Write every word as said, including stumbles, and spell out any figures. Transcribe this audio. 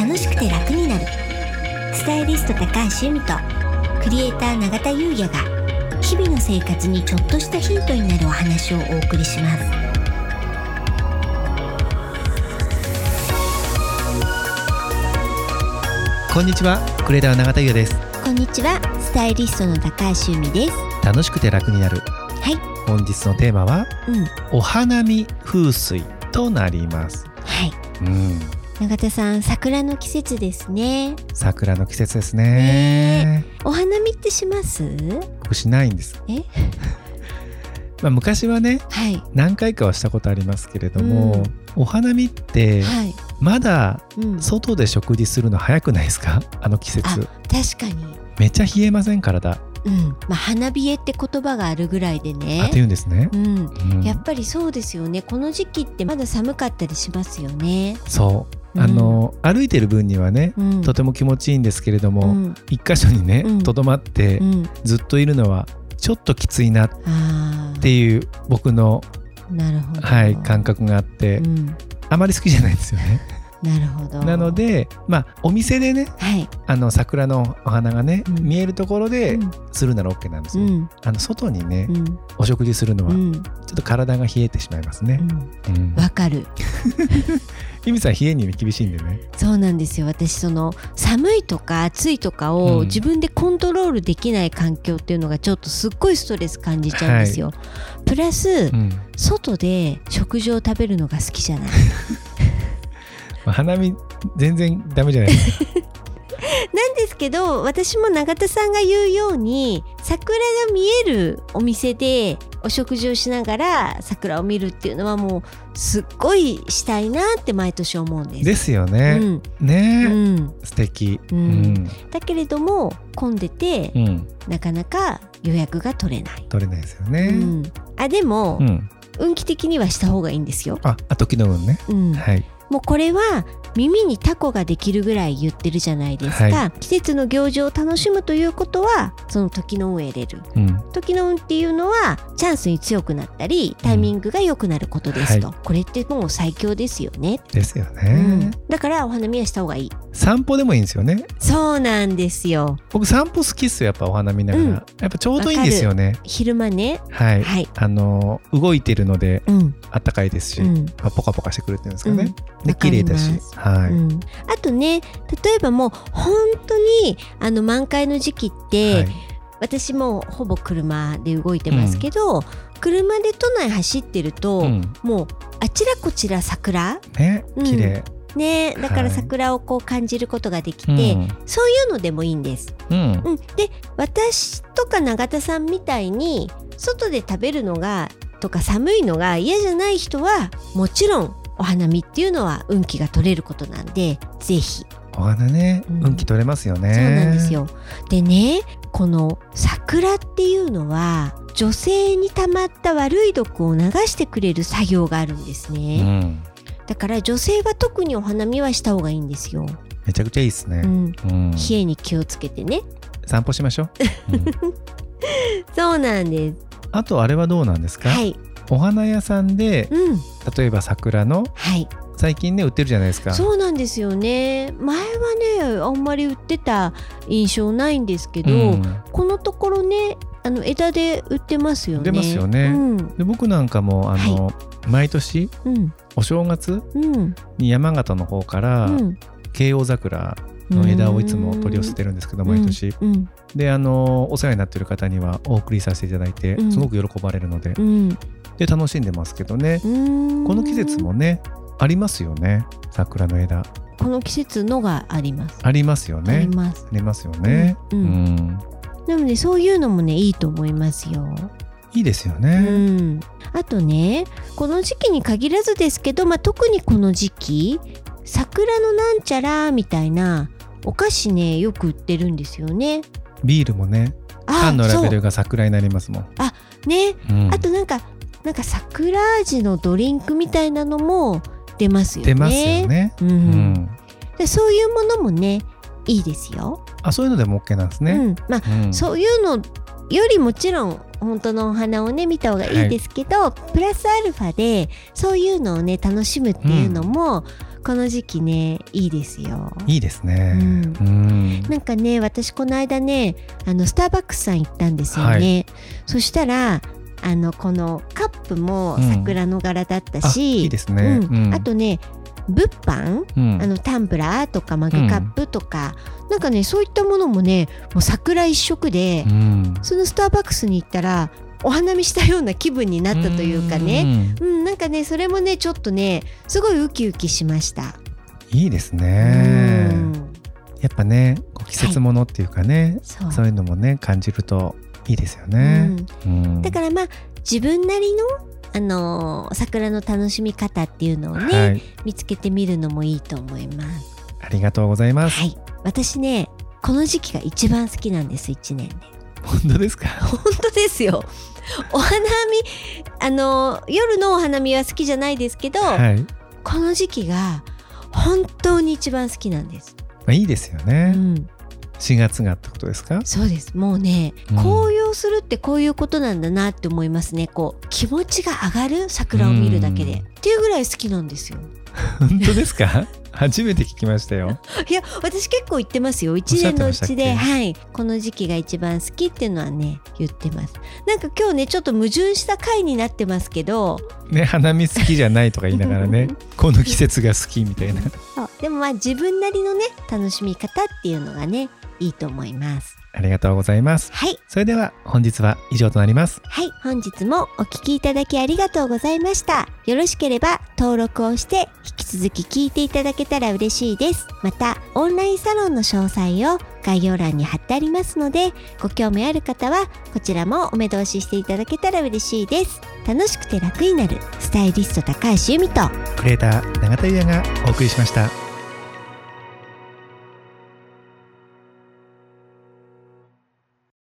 楽しくて楽になる。スタイリスト高橋由美とクリエイター永田優也が日々の生活にちょっとしたヒントになるお話をお送りします。 こんにちは、クリエイター永田優也です。 こんにちは、スタイリストの高橋由美です。 楽しくて楽になる。 はい、 本日のテーマは、 うん、 お花見風水となります。 はい、 うん、 永田さん、桜の季節ですね。 桜の季節ですね。 お花見ってします？ 僕しないんです。 えまあ、昔はね、はい、何回かはしたことありますけれども、うん、お花見って、はい、まだ外で食事するの早くないですか？あの季節。あ、 確かにめっちゃ冷えません？体。うん、 まあ、花冷えって言葉があるぐらいでね。 あって言うんですね、 うんうん、やっぱりそうですよね。この時期ってまだ寒かったりしますよね。 そう、あの、うん、歩いてる分にはね、うん、とても気持ちいいんですけれども、うん、一箇所にねとど、うん、まって、うん、ずっといるのはちょっときついなっていう僕の、 なるほど、 はい、感覚があって、うん、あまり好きじゃないんですよね。 なるほど。 なので、まあ、お店でね、はい、あの桜のお花がね、うん、見えるところでするなら OK なんですよ、うん、あの外にね、うん、お食事するのは、うん、ちょっと体が冷えてしまいますね。わ、 うんうん、かる由美さん、冷えに厳しいんでね。 そうなんですよ。私、その寒いとか暑いとかを自分でコントロールできない環境っていうのがちょっとすっごいストレス感じちゃうんですよ、はい、プラス、うん、外で食事を食べるのが好きじゃない花見全然ダメじゃないですかなんですけど、私も永田さんが言うように桜が見えるお店でお食事をしながら桜を見るっていうのはもうすっごいしたいなって毎年思うんです。 ですよね、うん、ね、うん、素敵、うんうん、 だけれども混んでて、うん、なかなか予約が取れない取れないですよね、うん、 あでも、うん、運気的にはした方がいいんですよ。 あ、あ時の運ね、うん、はい。 もうこれは耳にタコができるぐらい言ってるじゃないですか、はい、季節の行事を楽しむということはその時の運を得れる、うん、時の運っていうのはチャンスに強くなったりタイミングが良くなることですと、うんはい、これってもう最強ですよね。 ですよね、 うん、だからお花見はした方がいい。 散歩でもいいんですよね。そうなんですよ。 僕散歩好きっすよ。やっぱお花見ながら、うん、やっぱちょうどいいんですよね。 昼間ね、 はい、はい、あの動いてるので、うん、あったかいですし、うんまあ、ポカポカしてくるっていうんですかね、うん、で綺麗だし、はいうん、 あとね、例えばもう本当にあの満開の時期って、はい、私もほぼ車で動いてますけど、うん、車で都内走ってると、うん、もうあちらこちら桜ね、綺麗、 うん、ね、だから桜をこう感じることができて、はい、そういうのでもいいんです、うんうん、で私とか永田さんみたいに外で食べるのがとか寒いのが嫌じゃない人はもちろんお花見っていうのは運気が取れることなんで、ぜひお花ね、うん、運気取れますよね。 そうなんですよ。でね、この桜っていうのは女性に溜まった悪い毒を流してくれる作業があるんですね、うん、だから女性は特にお花見はした方がいいんですよ。 めちゃくちゃいいですね、うんうん、冷えに気をつけてね、 散歩しましょう、うん、 そうなんです。あとあれはどうなんですか、はい、お花屋さんで、うん、例えば桜の、はい、最近ね売ってるじゃないですか。そうなんですよね。前はねあんまり売ってた印象ないんですけど、うん、このところねあの枝で売ってますよね。出ますよね、うん、で僕なんかもあの、はい、毎年、うん、お正月に山形の方から、うん、慶応桜の枝をいつも取り寄せてるんですけど、毎年、うんうん、であのお世話になっている方にはお送りさせていただいて、うん、すごく喜ばれるので、うん、で楽しんでますけどね。この季節もねありますよね、桜の枝。 この季節のがあります。 ありますよね。 あります。 ありますよね、うんうん、 なのでそういうのもねいいと思いますよ。 いいですよね、うん、 あとねこの時期に限らずですけど、まあ、特にこの時期桜のなんちゃらみたいなお菓子ねよく売ってるんですよね。 ビールもね缶のラベルが桜になりますもん。 あね、うん、あとなんかなんか桜味のドリンクみたいなのも出ますよね。 出ますよね、うんうん、 でそういうものもねいいですよ。 あ、そういうのでも OK なんですね、うんまあうん、そういうのよりもちろん本当のお花をね見た方がいいですけど、はい、プラスアルファでそういうのをね楽しむっていうのも、うん、 この時期ねいいですよ。 いいですね、うんうん、なんかね私この間ねあのスターバックスさん行ったんですよね、はい、そしたらあのこのカップも桜の柄だったし、うん、 いいですね、 うん、あとね物販、うん、あのタンブラーとかマグカップとか、うん、なんかねそういったものもねもう桜一色で、うん、そのスターバックスに行ったらお花見したような気分になったというかね、うん、うん、なんかねそれもねちょっとねすごいウキウキしました。 いいですね、うん、やっぱね季節物っていうかね、はい、そう、そういうのもね感じるといいですよね、 うんうん、だからまあ自分なりのあのー、桜の楽しみ方っていうのをね、はい、見つけてみるのもいいと思います。 ありがとうございます、 はい、私ねこの時期が一番好きなんですいちねんで。 本当ですか？ 本当ですよ。お花見あのー、夜のお花見は好きじゃないですけど、はい、この時期が本当に一番好きなんです。 まあ、いいですよね、うん、しがつがってことですか？ そうです。もうね、うん、紅葉するってこういうことなんだなって思いますね。こう気持ちが上がる桜を見るだけで、うん、っていうぐらい好きなんですよ。 本当ですか？初めて聞きましたよ。 いや私結構言ってますよ。一年のうちで、はい、この時期が一番好きっていうのはね言ってます。なんか今日ねちょっと矛盾した回になってますけどね、花見好きじゃないとか言いながらねこの季節が好きみたいなそうでもまあ自分なりのね楽しみ方っていうのがねいいと思います。 ありがとうございます。 はい。 それでは本日は以上となります。 はい。本日もお聞きいただきありがとうございました。よろしければ登録をして引き続き聞いていただけたら嬉しいです。またオンラインサロンの詳細を概要欄に貼ってありますので、ご興味ある方はこちらもお目通ししていただけたら嬉しいです。楽しくて楽になるスタイリスト高橋由美とクリエイター永田優也がお送りしました。